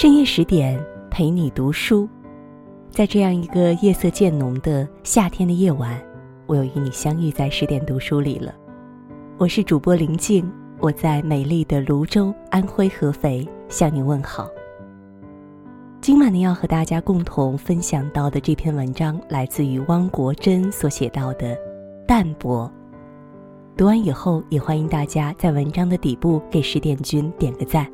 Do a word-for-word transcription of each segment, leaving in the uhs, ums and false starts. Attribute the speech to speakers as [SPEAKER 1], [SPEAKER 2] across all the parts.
[SPEAKER 1] 深夜十点陪你读书，在这样一个夜色渐浓的夏天的夜晚，我又与你相遇在十点读书里了。我是主播林静，我在美丽的泸州安徽合肥向你问好。今晚呢，要和大家共同分享到的这篇文章来自于汪国真所写到的淡泊。读完以后，也欢迎大家在文章的底部给十点君点个赞。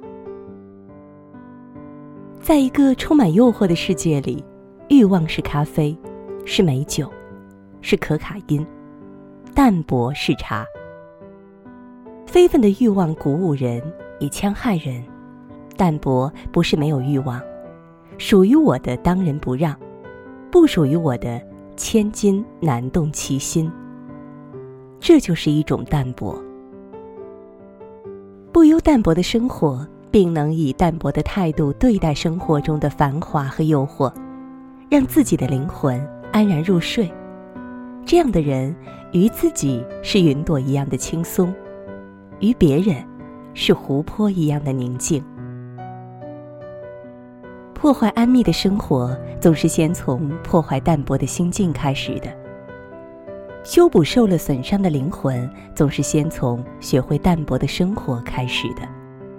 [SPEAKER 1] 在一个充满诱惑的世界里，欲望是咖啡，是美酒，是可卡因，淡泊是茶。非分的欲望鼓舞人，也戕害人。淡泊不是没有欲望，属于我的当仁不让，不属于我的千金难动其心。这就是一种淡泊。不忧淡泊的生活，并能以淡泊的态度对待生活中的繁华和诱惑，让自己的灵魂安然入睡。这样的人，于自己是云朵一样的轻松，于别人是湖泊一样的宁静。破坏安谧的生活，总是先从破坏淡泊的心境开始的。修补受了损伤的灵魂，总是先从学会淡泊的生活开始的。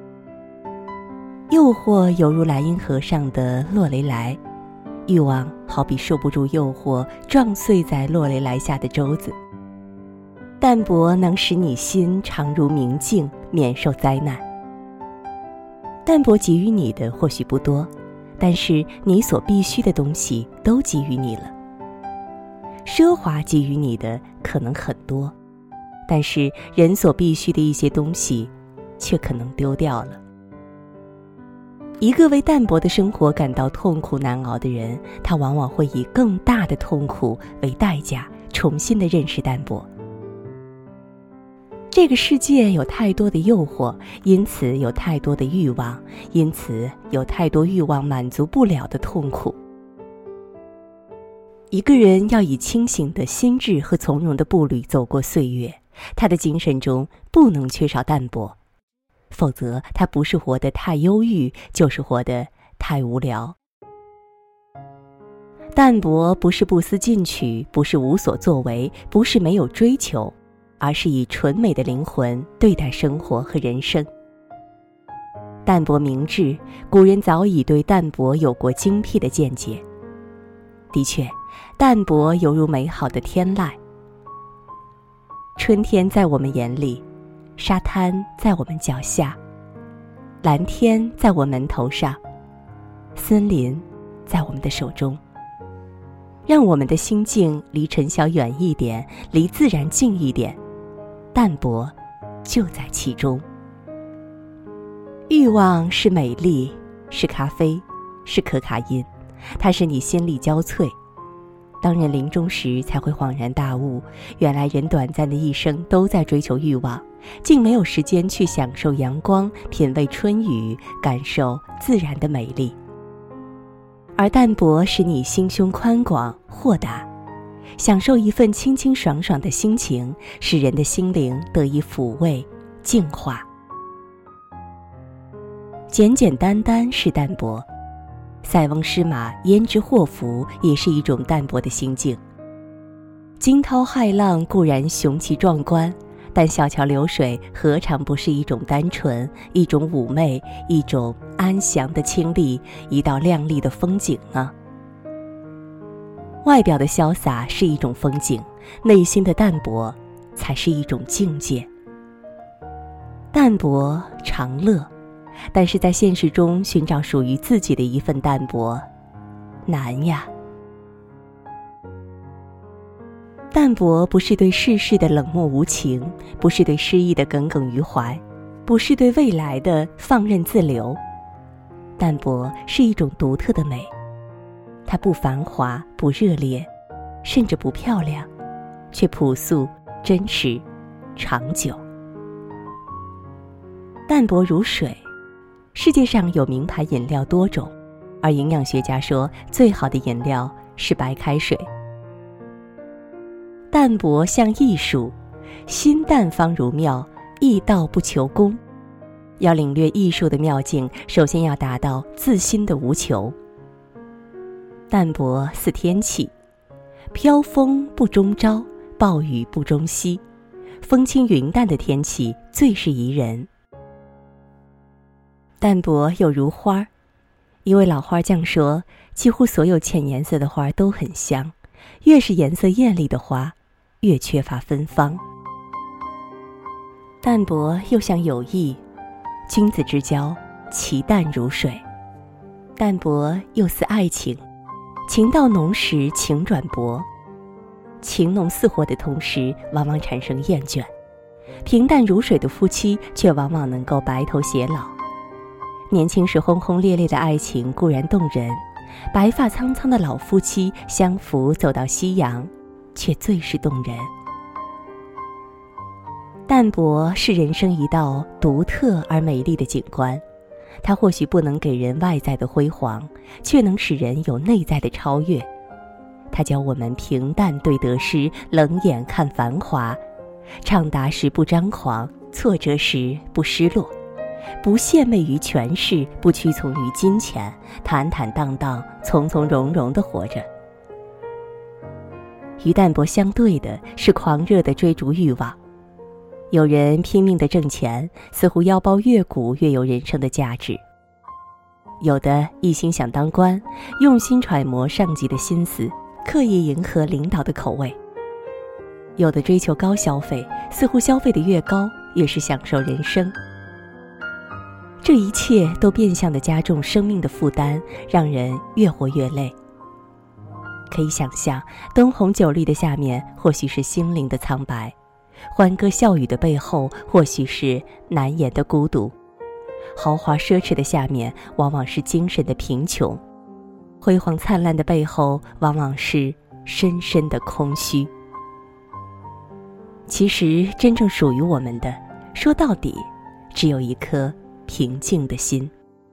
[SPEAKER 1] 诱惑犹如莱茵河上的洛雷莱，欲望好比受不住诱惑撞碎在洛雷莱下的舟子。淡泊能使你心常如明镜，免受灾难。淡泊给予你的或许不多，但是你所必须的东西都给予你了。奢华给予你的可能很多，但是人所必须的一些东西却可能丢掉了。一个为淡泊的生活感到痛苦难熬的人，他往往会以更大的痛苦为代价，重新的认识淡泊。这个世界有太多的诱惑，因此有太多的欲望，因此有太多欲望满足不了的痛苦。一个人要以清醒的心智和从容的步履走过岁月，他的精神中不能缺少淡泊，否则他不是活得太忧郁，就是活得太无聊。淡泊不是不思进取，不是无所作为，不是没有追求，而是以纯美的灵魂对待生活和人生。淡泊明志，古人早已对淡泊有过精辟的见解。的确，淡泊犹如美好的天籁。春天在我们眼里，沙滩在我们脚下，蓝天在我们头上，森林在我们的手中。让我们的心境离尘嚣远一点，离自然近一点，淡泊就在其中。欲望是美丽，是咖啡，是可卡因，它使你心力交瘁。当人临终时，才会恍然大悟，原来人短暂的一生都在追求欲望，竟没有时间去享受阳光，品味春雨，感受自然的美丽。而淡泊使你心胸宽广豁达，享受一份清清爽爽的心情，使人的心灵得以抚慰净化。简简单单是淡泊，塞翁失马焉知祸福，也是一种淡泊的心境。惊涛骇浪固然雄奇壮观，但小桥流水何尝不是一种单纯，一种妩媚，一种安详的清丽，一道亮丽的风景呢？外表的潇洒是一种风景，内心的淡泊才是一种境界。淡泊长乐，但是在现实中寻找属于自己的一份淡泊，难呀。淡泊不是对世事的冷漠无情，不是对失意的耿耿于怀，不是对未来的放任自流。淡泊是一种独特的美，它不繁华，不热烈，甚至不漂亮，却朴素、真实、长久。淡泊如水，世界上有名牌饮料多种，而营养学家说，最好的饮料是白开水。淡泊像艺术，心淡方如妙，艺道不求功。 要领略艺术的妙境，首先要达到自心的无求。淡泊似天气，飘风不终朝，暴雨不终夕，风轻云淡的天气最是宜人。淡泊又如花，一位老花匠说，几乎所有浅颜色的花都很香，越是颜色艳丽的花，越缺乏芬芳。淡泊又像友谊，君子之交，其淡如水。淡泊又似爱情，情到浓时情转薄，情浓似火的同时，往往产生厌倦。平淡如水的夫妻，却往往能够白头偕老。年轻时轰轰烈烈的爱情固然动人，白发苍苍的老夫妻相扶走到夕阳，却最是动人。淡泊是人生一道独特而美丽的景观，它或许不能给人外在的辉煌，却能使人有内在的超越。它教我们平淡对得失，冷眼看繁华，畅达时不张狂，挫折时不失落，不献媚于权势，不屈从于金钱，坦坦荡荡，从从容容地活着。与淡泊相对的是狂热的追逐欲望。有人拼命地挣钱，似乎腰包越鼓越有人生的价值；有的一心想当官，用心揣摩上级的心思，刻意迎合领导的口味；有的追求高消费，似乎消费得越高，越是享受人生。这一切都变相地加重生命的负担，让人越活越累。可以想象，灯红酒绿的下面，或许是心灵的苍白；欢歌笑语的背后，或许是难言的孤独；豪华奢侈的下面，往往是精神的贫穷；辉煌灿烂的背后，往往是深深的空虚。其实，真正属于我们的，说到底，只有一颗平静的心。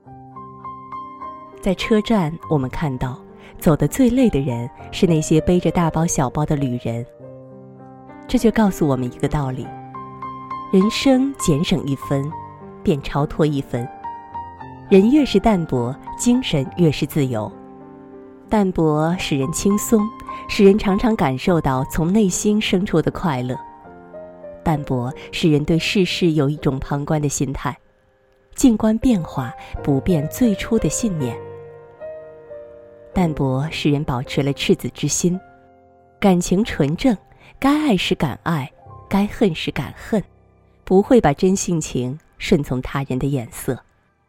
[SPEAKER 1] 在车站，我们看到，走得最累的人，是那些背着大包小包的旅人。这就告诉我们一个道理：人生减省一分，便超脱一分。人越是淡泊，精神越是自由。淡泊使人轻松，使人常常感受到从内心生出的快乐。淡泊使人对世事有一种旁观的心态，静观变化，不变最初的信念。淡泊使人保持了赤子之心，感情纯正，该爱时敢爱，该恨时敢恨，不会把真性情顺从他人的眼色。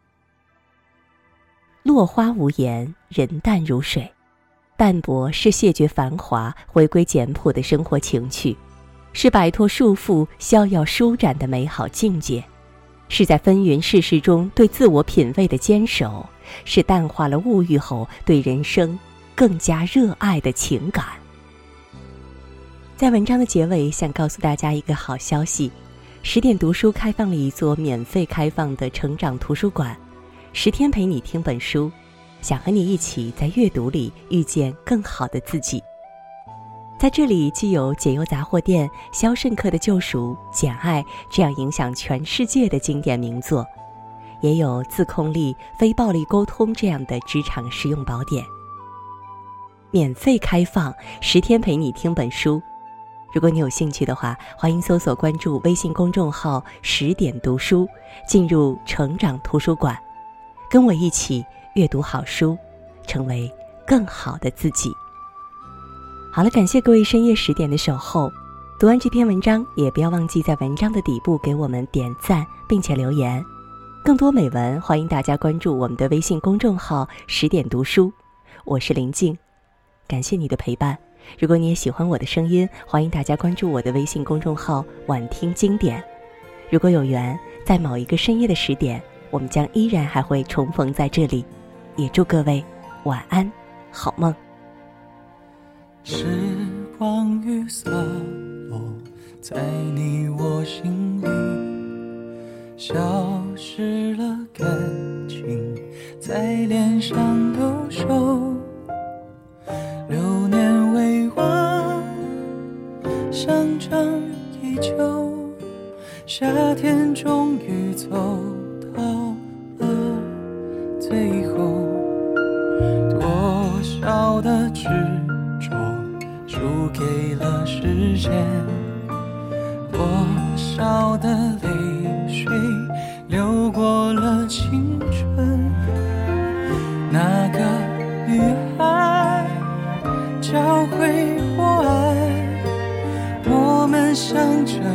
[SPEAKER 1] 落花无言，人淡如水。淡泊是谢绝繁华，回归简朴的生活情趣，是摆脱束缚，逍遥舒展的美好境界，是在纷纭世事中对自我品味的坚守，是淡化了物欲后对人生更加热爱的情感。在文章的结尾，想告诉大家一个好消息，十点读书开放了一座免费开放的成长图书馆，十天陪你听本书，想和你一起在阅读里遇见更好的自己。在这里，既有解忧杂货店、肖申克的救赎、简爱这样影响全世界的经典名作，也有自控力、非暴力沟通这样的职场实用宝典。免费开放，十天陪你听本书。如果你有兴趣的话，欢迎搜索关注微信公众号十点读书，进入成长图书馆，跟我一起阅读好书，成为更好的自己。好了，感谢各位深夜十点的守候。读完这篇文章，也不要忘记在文章的底部给我们点赞并且留言。更多美文，欢迎大家关注我们的微信公众号十点读书，我是林静，感谢你的陪伴。如果你也喜欢我的声音，欢迎大家关注我的微信公众号晚听经典。如果有缘，在某一个深夜的十点，我们将依然还会重逢在这里。也祝各位晚安，好梦。
[SPEAKER 2] 时光雨洒落在你我心里，消失了感情在脸上兜售，流年未忘，相长依旧，夏天终于走到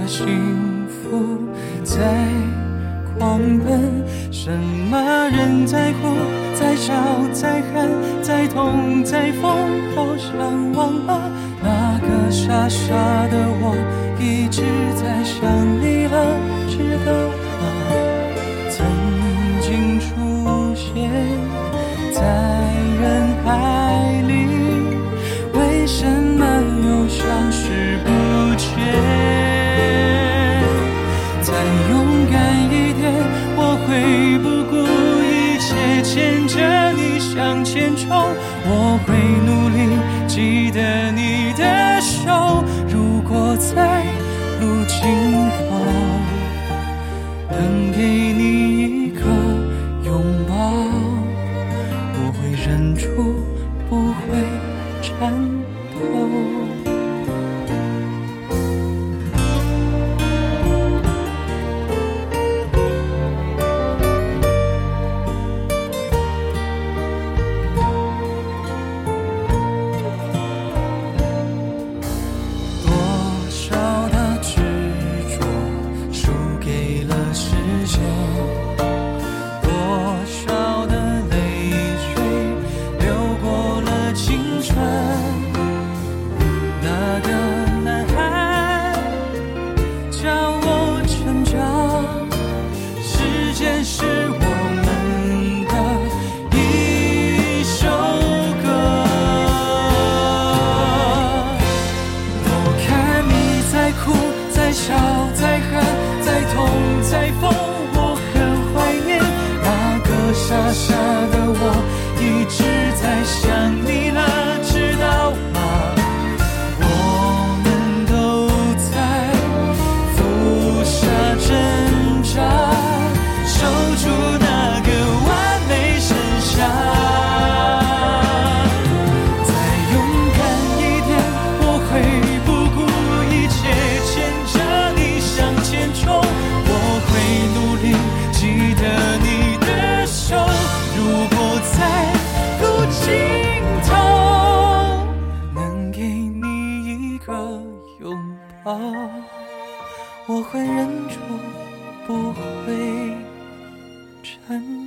[SPEAKER 2] 的幸福在狂奔，什么人在哭，在笑，在喊，在痛，在疯，好像忘了那个傻傻的我一直在想你了，知道吗？曾经出现在人海里，为什么又消失不见？再勇敢一点，我会不顾一切牵着你向前冲，我会努力记得你的手，如果在路尽头能给你一个拥抱，我会忍住不会颤抖。傻傻的我一直在想你了，知道吗？我们都在浮沙挣扎，守住那个完美剩下。再勇敢一点，我会不顾一切牵着你向前冲，我会努力记得你的手，如果在路尽头能给你一个拥抱，我会忍住不会颤抖。